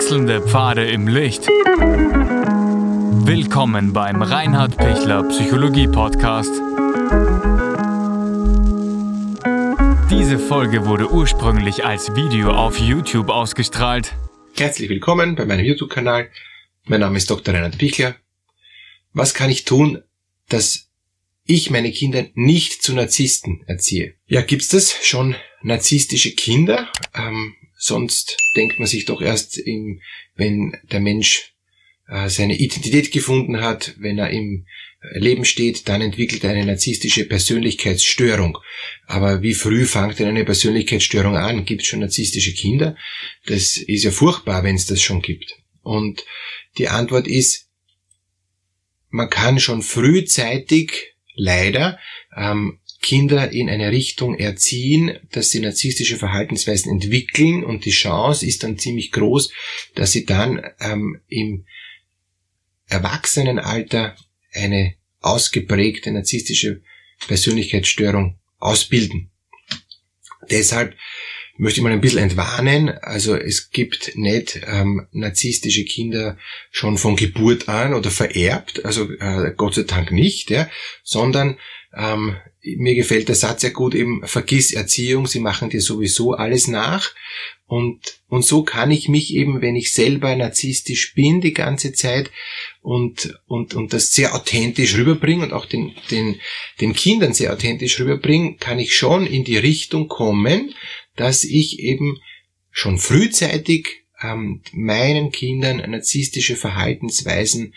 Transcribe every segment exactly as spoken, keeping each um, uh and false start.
Wechselnde Pfade im Licht. Willkommen beim Reinhard Pichler Psychologie Podcast. Diese Folge wurde ursprünglich als Video auf YouTube ausgestrahlt. Herzlich willkommen bei meinem YouTube-Kanal. Mein Name ist Doktor Reinhard Pichler. Was kann ich tun, dass ich meine Kinder nicht zu Narzissten erziehe? Ja, gibt's das schon narzisstische Kinder? Ähm, sonst denkt man sich doch erst, im, wenn der Mensch äh, seine Identität gefunden hat, wenn er im Leben steht, dann entwickelt er eine narzisstische Persönlichkeitsstörung. Aber wie früh fängt denn eine Persönlichkeitsstörung an? Gibt es schon narzisstische Kinder? Das ist ja furchtbar, wenn es das schon gibt. Und die Antwort ist, man kann schon frühzeitig leider ähm, Kinder in eine Richtung erziehen, dass sie narzisstische Verhaltensweisen entwickeln, und die Chance ist dann ziemlich groß, dass sie dann ähm, im Erwachsenenalter eine ausgeprägte narzisstische Persönlichkeitsstörung ausbilden. Deshalb möchte ich mal ein bisschen entwarnen. Also es gibt nicht ähm, narzisstische Kinder schon von Geburt an oder vererbt, also äh, Gott sei Dank nicht, ja, sondern ähm, mir gefällt der Satz sehr gut, eben vergiss Erziehung, sie machen dir sowieso alles nach. Und, und so kann ich mich eben, wenn ich selber narzisstisch bin die ganze Zeit und, und, und das sehr authentisch rüberbringen und auch den, den, den Kindern sehr authentisch rüberbringen, kann ich schon in die Richtung kommen, dass ich eben schon frühzeitig ähm, meinen Kindern narzisstische Verhaltensweisen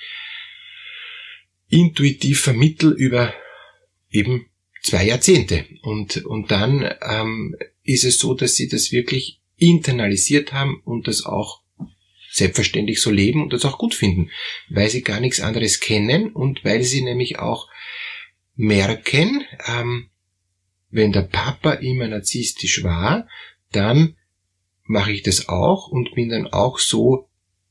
intuitiv vermittel über eben zwei Jahrzehnte. Und, und dann ähm, ist es so, dass sie das wirklich internalisiert haben und das auch selbstverständlich so leben und das auch gut finden, weil sie gar nichts anderes kennen und weil sie nämlich auch merken, ähm, wenn der Papa immer narzisstisch war, dann mache ich das auch und bin dann auch so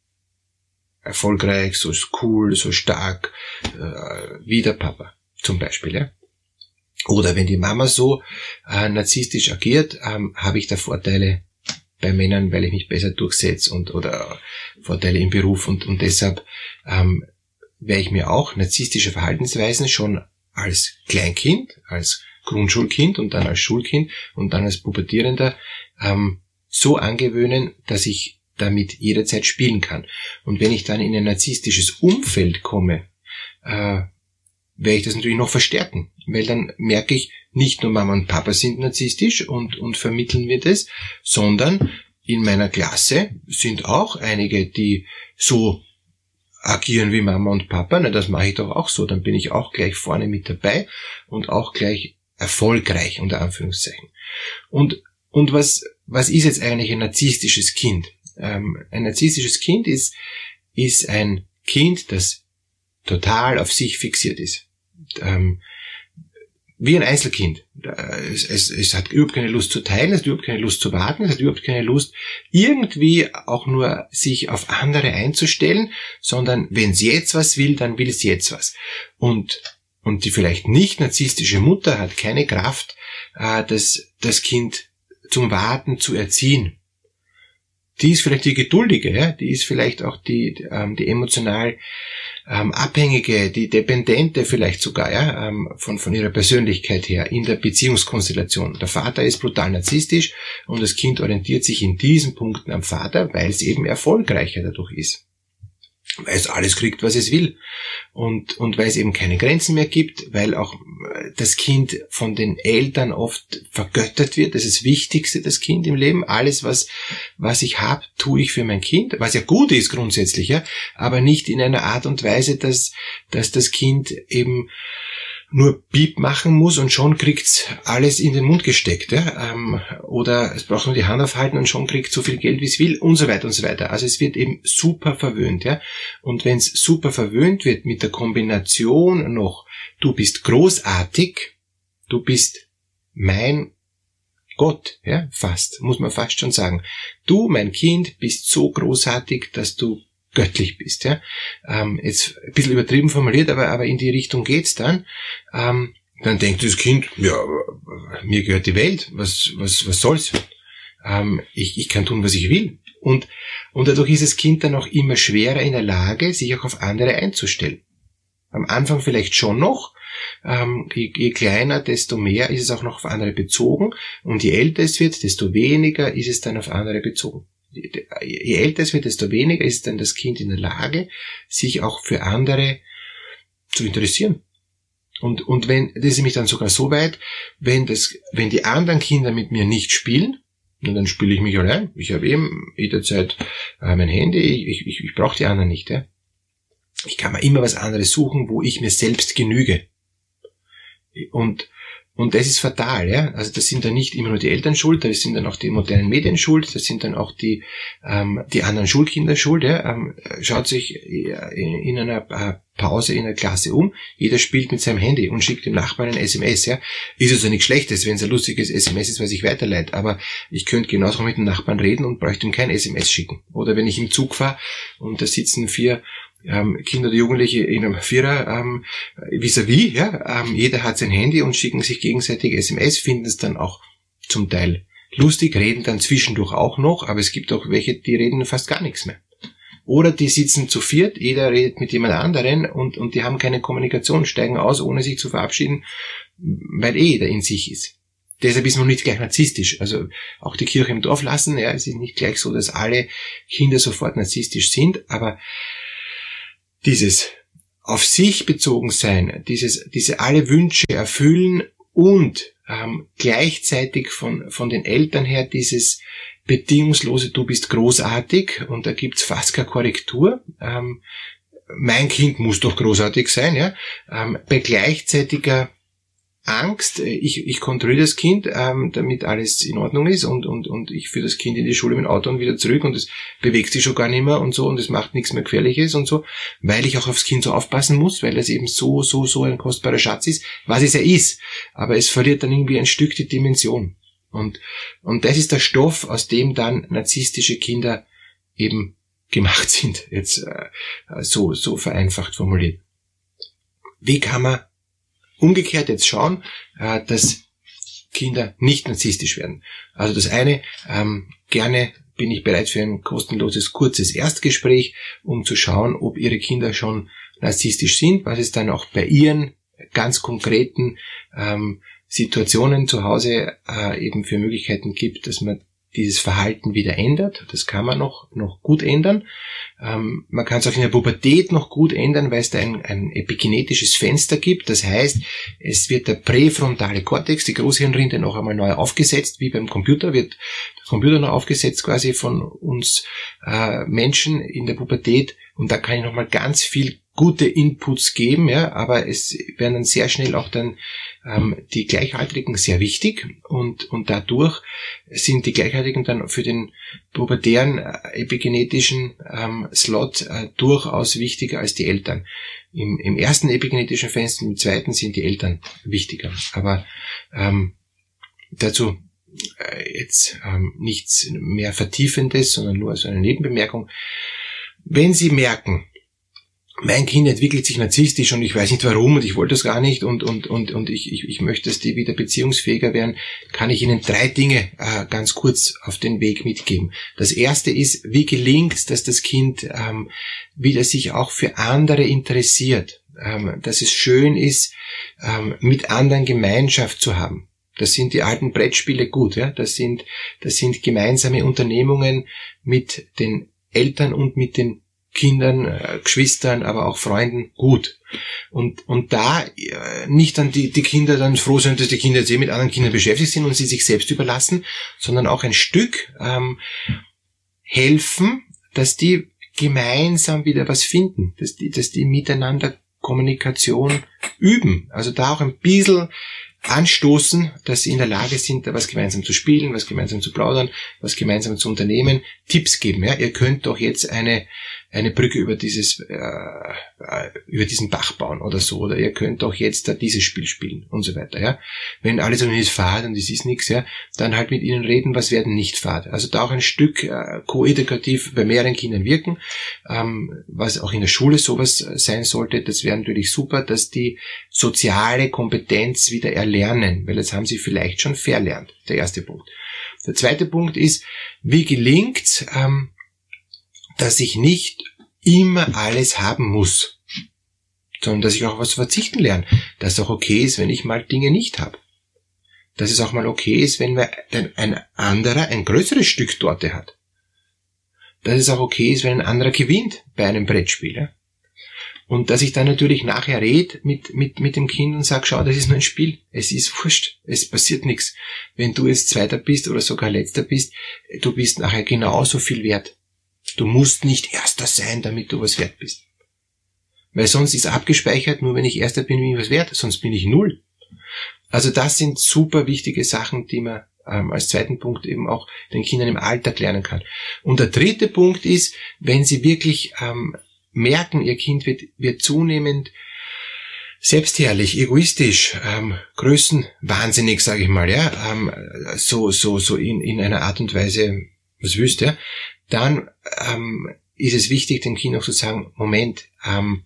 erfolgreich, so cool, so stark äh, wie der Papa zum Beispiel. Ja? Oder wenn die Mama so äh, narzisstisch agiert, ähm, habe ich da Vorteile bei Männern, weil ich mich besser durchsetze und oder Vorteile im Beruf und, und deshalb ähm, werde ich mir auch narzisstische Verhaltensweisen schon als Kleinkind, als Grundschulkind und dann als Schulkind und dann als Pubertierender ähm, so angewöhnen, dass ich damit jederzeit spielen kann. Und wenn ich dann in ein narzisstisches Umfeld komme, äh, werde ich das natürlich noch verstärken, weil dann merke ich, nicht nur Mama und Papa sind narzisstisch und, und vermitteln mir das, sondern in meiner Klasse sind auch einige, die so agieren wie Mama und Papa. Na, das mache ich doch auch so, dann bin ich auch gleich vorne mit dabei und auch gleich erfolgreich, unter Anführungszeichen. Und, und was, was ist jetzt eigentlich ein narzisstisches Kind? Ähm, ein narzisstisches Kind ist, ist ein Kind, das total auf sich fixiert ist. Ähm, wie ein Einzelkind. Es, es, es hat überhaupt keine Lust zu teilen, es hat überhaupt keine Lust zu warten, es hat überhaupt keine Lust, irgendwie auch nur sich auf andere einzustellen, sondern wenn es jetzt was will, dann will es jetzt was. Und, und die vielleicht nicht narzisstische Mutter hat keine Kraft, äh, das, das Kind zum Warten zu erziehen. Die ist vielleicht die Geduldige, ja? Die ist vielleicht auch die, ähm, die emotional ähm, Abhängige, die Dependente vielleicht sogar, ja, ähm, von, von ihrer Persönlichkeit her in der Beziehungskonstellation. Der Vater ist brutal narzisstisch und das Kind orientiert sich in diesen Punkten am Vater, weil es eben erfolgreicher dadurch ist. Weil es alles kriegt, was es will. Und, und weil es eben keine Grenzen mehr gibt, weil auch das Kind von den Eltern oft vergöttert wird. Das ist das Wichtigste, das Kind im Leben. Alles, was, was ich habe, tue ich für mein Kind. Was ja gut ist grundsätzlich, ja. Aber nicht in einer Art und Weise, dass, dass das Kind eben nur Piep machen muss und schon kriegt's alles in den Mund gesteckt, ja? ähm, oder es braucht nur die Hand aufhalten und schon kriegt so viel Geld, wie es will und so weiter und so weiter. Also es wird eben super verwöhnt, ja. Und wenn es super verwöhnt wird mit der Kombination noch, du bist großartig, du bist mein Gott, ja, fast, muss man fast schon sagen. Du, mein Kind, bist so großartig, dass du göttlich bist, ja. Ähm, jetzt ein bisschen übertrieben formuliert, aber, aber in die Richtung geht's dann. Ähm, dann denkt das Kind, ja, mir gehört die Welt, was, was, was soll's? Ähm, ich, ich kann tun, was ich will. Und, und dadurch ist das Kind dann auch immer schwerer in der Lage, sich auch auf andere einzustellen. Am Anfang vielleicht schon noch, ähm, je, je kleiner, desto mehr ist es auch noch auf andere bezogen. Und je älter es wird, desto weniger ist es dann auf andere bezogen. Je, je älter es wird, desto weniger ist dann das Kind in der Lage, sich auch für andere zu interessieren. Und, und wenn, das ist nämlich dann sogar so weit, wenn das, wenn die anderen Kinder mit mir nicht spielen, und dann spiele ich mich allein. Ich habe eben jederzeit äh, mein Handy, ich, ich, ich brauche die anderen nicht. Ja? Ich kann mir immer was anderes suchen, wo ich mir selbst genüge. Und, und das ist fatal. Ja? Also das sind dann nicht immer nur die Eltern schuld, das sind dann auch die modernen Medien schuld, das sind dann auch die, ähm, die anderen Schulkinder schuld. Ja? Ähm, schaut sich in, in einer äh, Pause in der Klasse um, jeder spielt mit seinem Handy und schickt dem Nachbarn ein S M S, ja. Ist also nichts Schlechtes, wenn es ein lustiges S M S ist, was ich weiterleite, aber ich könnte genauso mit dem Nachbarn reden und bräuchte ihm kein S M S schicken. Oder wenn ich im Zug fahre und da sitzen vier ähm, Kinder oder Jugendliche in einem Vierer ähm, vis-à-vis, ja, ähm, jeder hat sein Handy und schicken sich gegenseitig S M S, finden es dann auch zum Teil lustig, reden dann zwischendurch auch noch, aber es gibt auch welche, die reden fast gar nichts mehr. Oder die sitzen zu viert, jeder redet mit jemand anderen und, und die haben keine Kommunikation, steigen aus, ohne sich zu verabschieden, weil eh jeder in sich ist. Deshalb ist man nicht gleich narzisstisch. Also auch die Kirche im Dorf lassen, ja, es ist nicht gleich so, dass alle Kinder sofort narzisstisch sind, aber dieses auf sich bezogen sein, dieses, diese alle Wünsche erfüllen und ähm, gleichzeitig von, von den Eltern her dieses bedingungslose, du bist großartig, und da gibt's fast keine Korrektur. Ähm, mein Kind muss doch großartig sein, ja. Ähm, bei gleichzeitiger Angst, ich, ich kontrolliere das Kind, ähm, damit alles in Ordnung ist, und, und, und ich führe das Kind in die Schule mit dem Auto und wieder zurück, und es bewegt sich schon gar nicht mehr und so, und es macht nichts mehr Gefährliches und so, weil ich auch aufs Kind so aufpassen muss, weil es eben so, so, so ein kostbarer Schatz ist, was es ja ist. Aber es verliert dann irgendwie ein Stück die Dimension. Und, und das ist der Stoff, aus dem dann narzisstische Kinder eben gemacht sind, jetzt äh, so, so vereinfacht formuliert. Wie kann man umgekehrt jetzt schauen, äh, dass Kinder nicht narzisstisch werden? Also das eine, ähm, gerne bin ich bereit für ein kostenloses, kurzes Erstgespräch, um zu schauen, ob Ihre Kinder schon narzisstisch sind, was es dann auch bei Ihren ganz konkreten ähm, Situationen zu Hause äh, eben für Möglichkeiten gibt, dass man dieses Verhalten wieder ändert. Das kann man noch noch gut ändern. Ähm, man kann es auch in der Pubertät noch gut ändern, weil es da ein, ein epigenetisches Fenster gibt. Das heißt, es wird der präfrontale Kortex, die Großhirnrinde, noch einmal neu aufgesetzt, wie beim Computer wird der Computer noch aufgesetzt quasi von uns äh, Menschen in der Pubertät, und da kann ich nochmal ganz viel gute Inputs geben, ja, aber es werden dann sehr schnell auch dann ähm, die Gleichaltrigen sehr wichtig, und und dadurch sind die Gleichaltrigen dann für den pubertären äh, epigenetischen ähm, Slot äh, durchaus wichtiger als die Eltern. Im, im ersten epigenetischen Fenster, im zweiten sind die Eltern wichtiger. Aber ähm, dazu äh, jetzt ähm, nichts mehr Vertiefendes, sondern nur so eine Nebenbemerkung. Wenn Sie merken, mein Kind entwickelt sich narzisstisch und ich weiß nicht warum und ich wollte das gar nicht und und und und ich ich, ich möchte, dass die wieder beziehungsfähiger werden, kann ich Ihnen drei Dinge äh, ganz kurz auf den Weg mitgeben. Das erste ist, wie gelingt es, dass das Kind ähm, wieder sich auch für andere interessiert, ähm, dass es schön ist, ähm, mit anderen Gemeinschaft zu haben. Das sind die alten Brettspiele gut, ja. Das sind das sind gemeinsame Unternehmungen mit den Eltern und mit den Kindern, äh, Geschwistern, aber auch Freunden gut. Und und da äh, nicht dann die die Kinder dann froh sind, dass die Kinder jetzt eh mit anderen Kindern beschäftigt sind und sie sich selbst überlassen, sondern auch ein Stück ähm, helfen, dass die gemeinsam wieder was finden, dass die dass die miteinander Kommunikation üben. Also da auch ein bisschen anstoßen, dass sie in der Lage sind, da was gemeinsam zu spielen, was gemeinsam zu plaudern, was gemeinsam zu unternehmen, Tipps geben. Ja, ihr könnt doch jetzt eine eine Brücke über dieses äh, über diesen Bach bauen oder so, oder ihr könnt doch jetzt da dieses Spiel spielen und so weiter. Ja, wenn alles so ist fad und es ist nichts, ja, dann halt mit ihnen reden, was werden nicht fad. Also da auch ein Stück äh, koedukativ bei mehreren Kindern wirken, ähm, was auch in der Schule sowas sein sollte. Das wäre natürlich super, dass die soziale Kompetenz wieder erlernen, weil das haben sie vielleicht schon verlernt. Der erste Punkt. Der zweite Punkt ist, wie gelingt's, ähm, dass ich nicht immer alles haben muss, sondern dass ich auch was verzichten lerne, dass es auch okay ist, wenn ich mal Dinge nicht habe. Dass es auch mal okay ist, wenn ein anderer ein größeres Stück Torte hat. Dass es auch okay ist, wenn ein anderer gewinnt bei einem Brettspiel. Ja? Und dass ich dann natürlich nachher rede mit, mit, mit dem Kind und sage, schau, das ist nur ein Spiel. Es ist wurscht. Es passiert nichts. Wenn du jetzt Zweiter bist oder sogar Letzter bist, du bist nachher genauso viel wert. Du musst nicht Erster sein, damit du was wert bist. Weil sonst ist abgespeichert, nur wenn ich Erster bin, bin ich was wert. Sonst bin ich null. Also das sind super wichtige Sachen, die man ähm, als zweiten Punkt eben auch den Kindern im Alltag lernen kann. Und der dritte Punkt ist, wenn sie wirklich ähm, merken, ihr Kind wird, wird zunehmend selbstherrlich, egoistisch, ähm, größenwahnsinnig, sage ich mal, ja, ähm, so so so in in einer Art und Weise, was wüsst ihr, dann ähm, ist es wichtig, dem Kind auch zu sagen, Moment, ähm,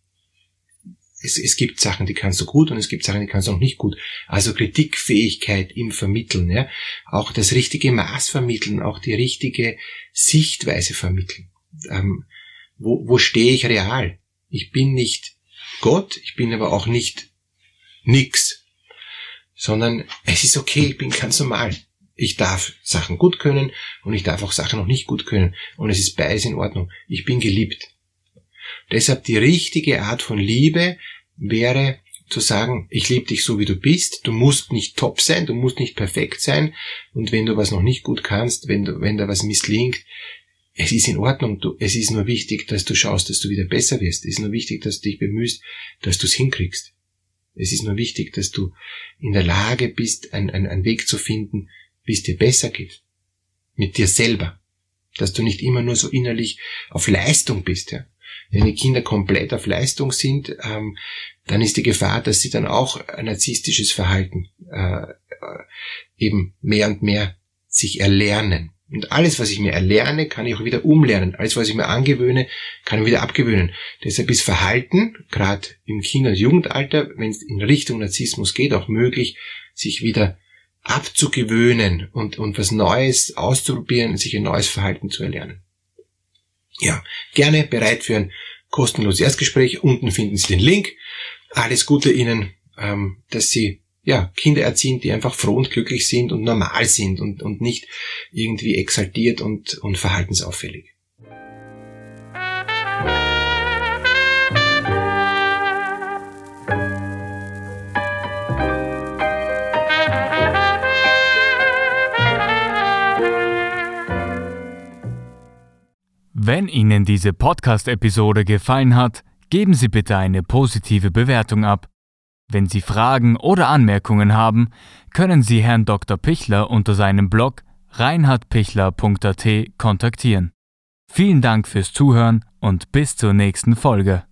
es, es gibt Sachen, die kannst du gut und es gibt Sachen, die kannst du auch nicht gut. Also Kritikfähigkeit im Vermitteln, ja, auch das richtige Maß vermitteln, auch die richtige Sichtweise vermitteln. Ähm, Wo, wo stehe ich real? Ich bin nicht Gott, ich bin aber auch nicht nix, sondern es ist okay, ich bin ganz normal. Ich darf Sachen gut können und ich darf auch Sachen noch nicht gut können und es ist beides in Ordnung. Ich bin geliebt. Deshalb die richtige Art von Liebe wäre zu sagen, ich liebe dich so wie du bist, du musst nicht top sein, du musst nicht perfekt sein und wenn du was noch nicht gut kannst, wenn du, wenn da was misslingt, es ist in Ordnung, du, es ist nur wichtig, dass du schaust, dass du wieder besser wirst. Es ist nur wichtig, dass du dich bemühst, dass du es hinkriegst. Es ist nur wichtig, dass du in der Lage bist, einen, einen, einen Weg zu finden, wie es dir besser geht. Mit dir selber. Dass du nicht immer nur so innerlich auf Leistung bist. Ja. Wenn die Kinder komplett auf Leistung sind, ähm, dann ist die Gefahr, dass sie dann auch ein narzisstisches Verhalten äh, eben mehr und mehr sich erlernen. Und alles, was ich mir erlerne, kann ich auch wieder umlernen. Alles, was ich mir angewöhne, kann ich wieder abgewöhnen. Deshalb ist Verhalten, gerade im Kinder- und Jugendalter, wenn es in Richtung Narzissmus geht, auch möglich, sich wieder abzugewöhnen und, und was Neues auszuprobieren, sich ein neues Verhalten zu erlernen. Ja, gerne bereit für ein kostenloses Erstgespräch. Unten finden Sie den Link. Alles Gute Ihnen, ähm, dass Sie ja, Kinder erziehen, die einfach froh und glücklich sind und normal sind und, und nicht irgendwie exaltiert und, und verhaltensauffällig. Wenn Ihnen diese Podcast-Episode gefallen hat, geben Sie bitte eine positive Bewertung ab. Wenn Sie Fragen oder Anmerkungen haben, können Sie Herrn Doktor Pichler unter seinem Blog reinhard pichler punkt a t kontaktieren. Vielen Dank fürs Zuhören und bis zur nächsten Folge.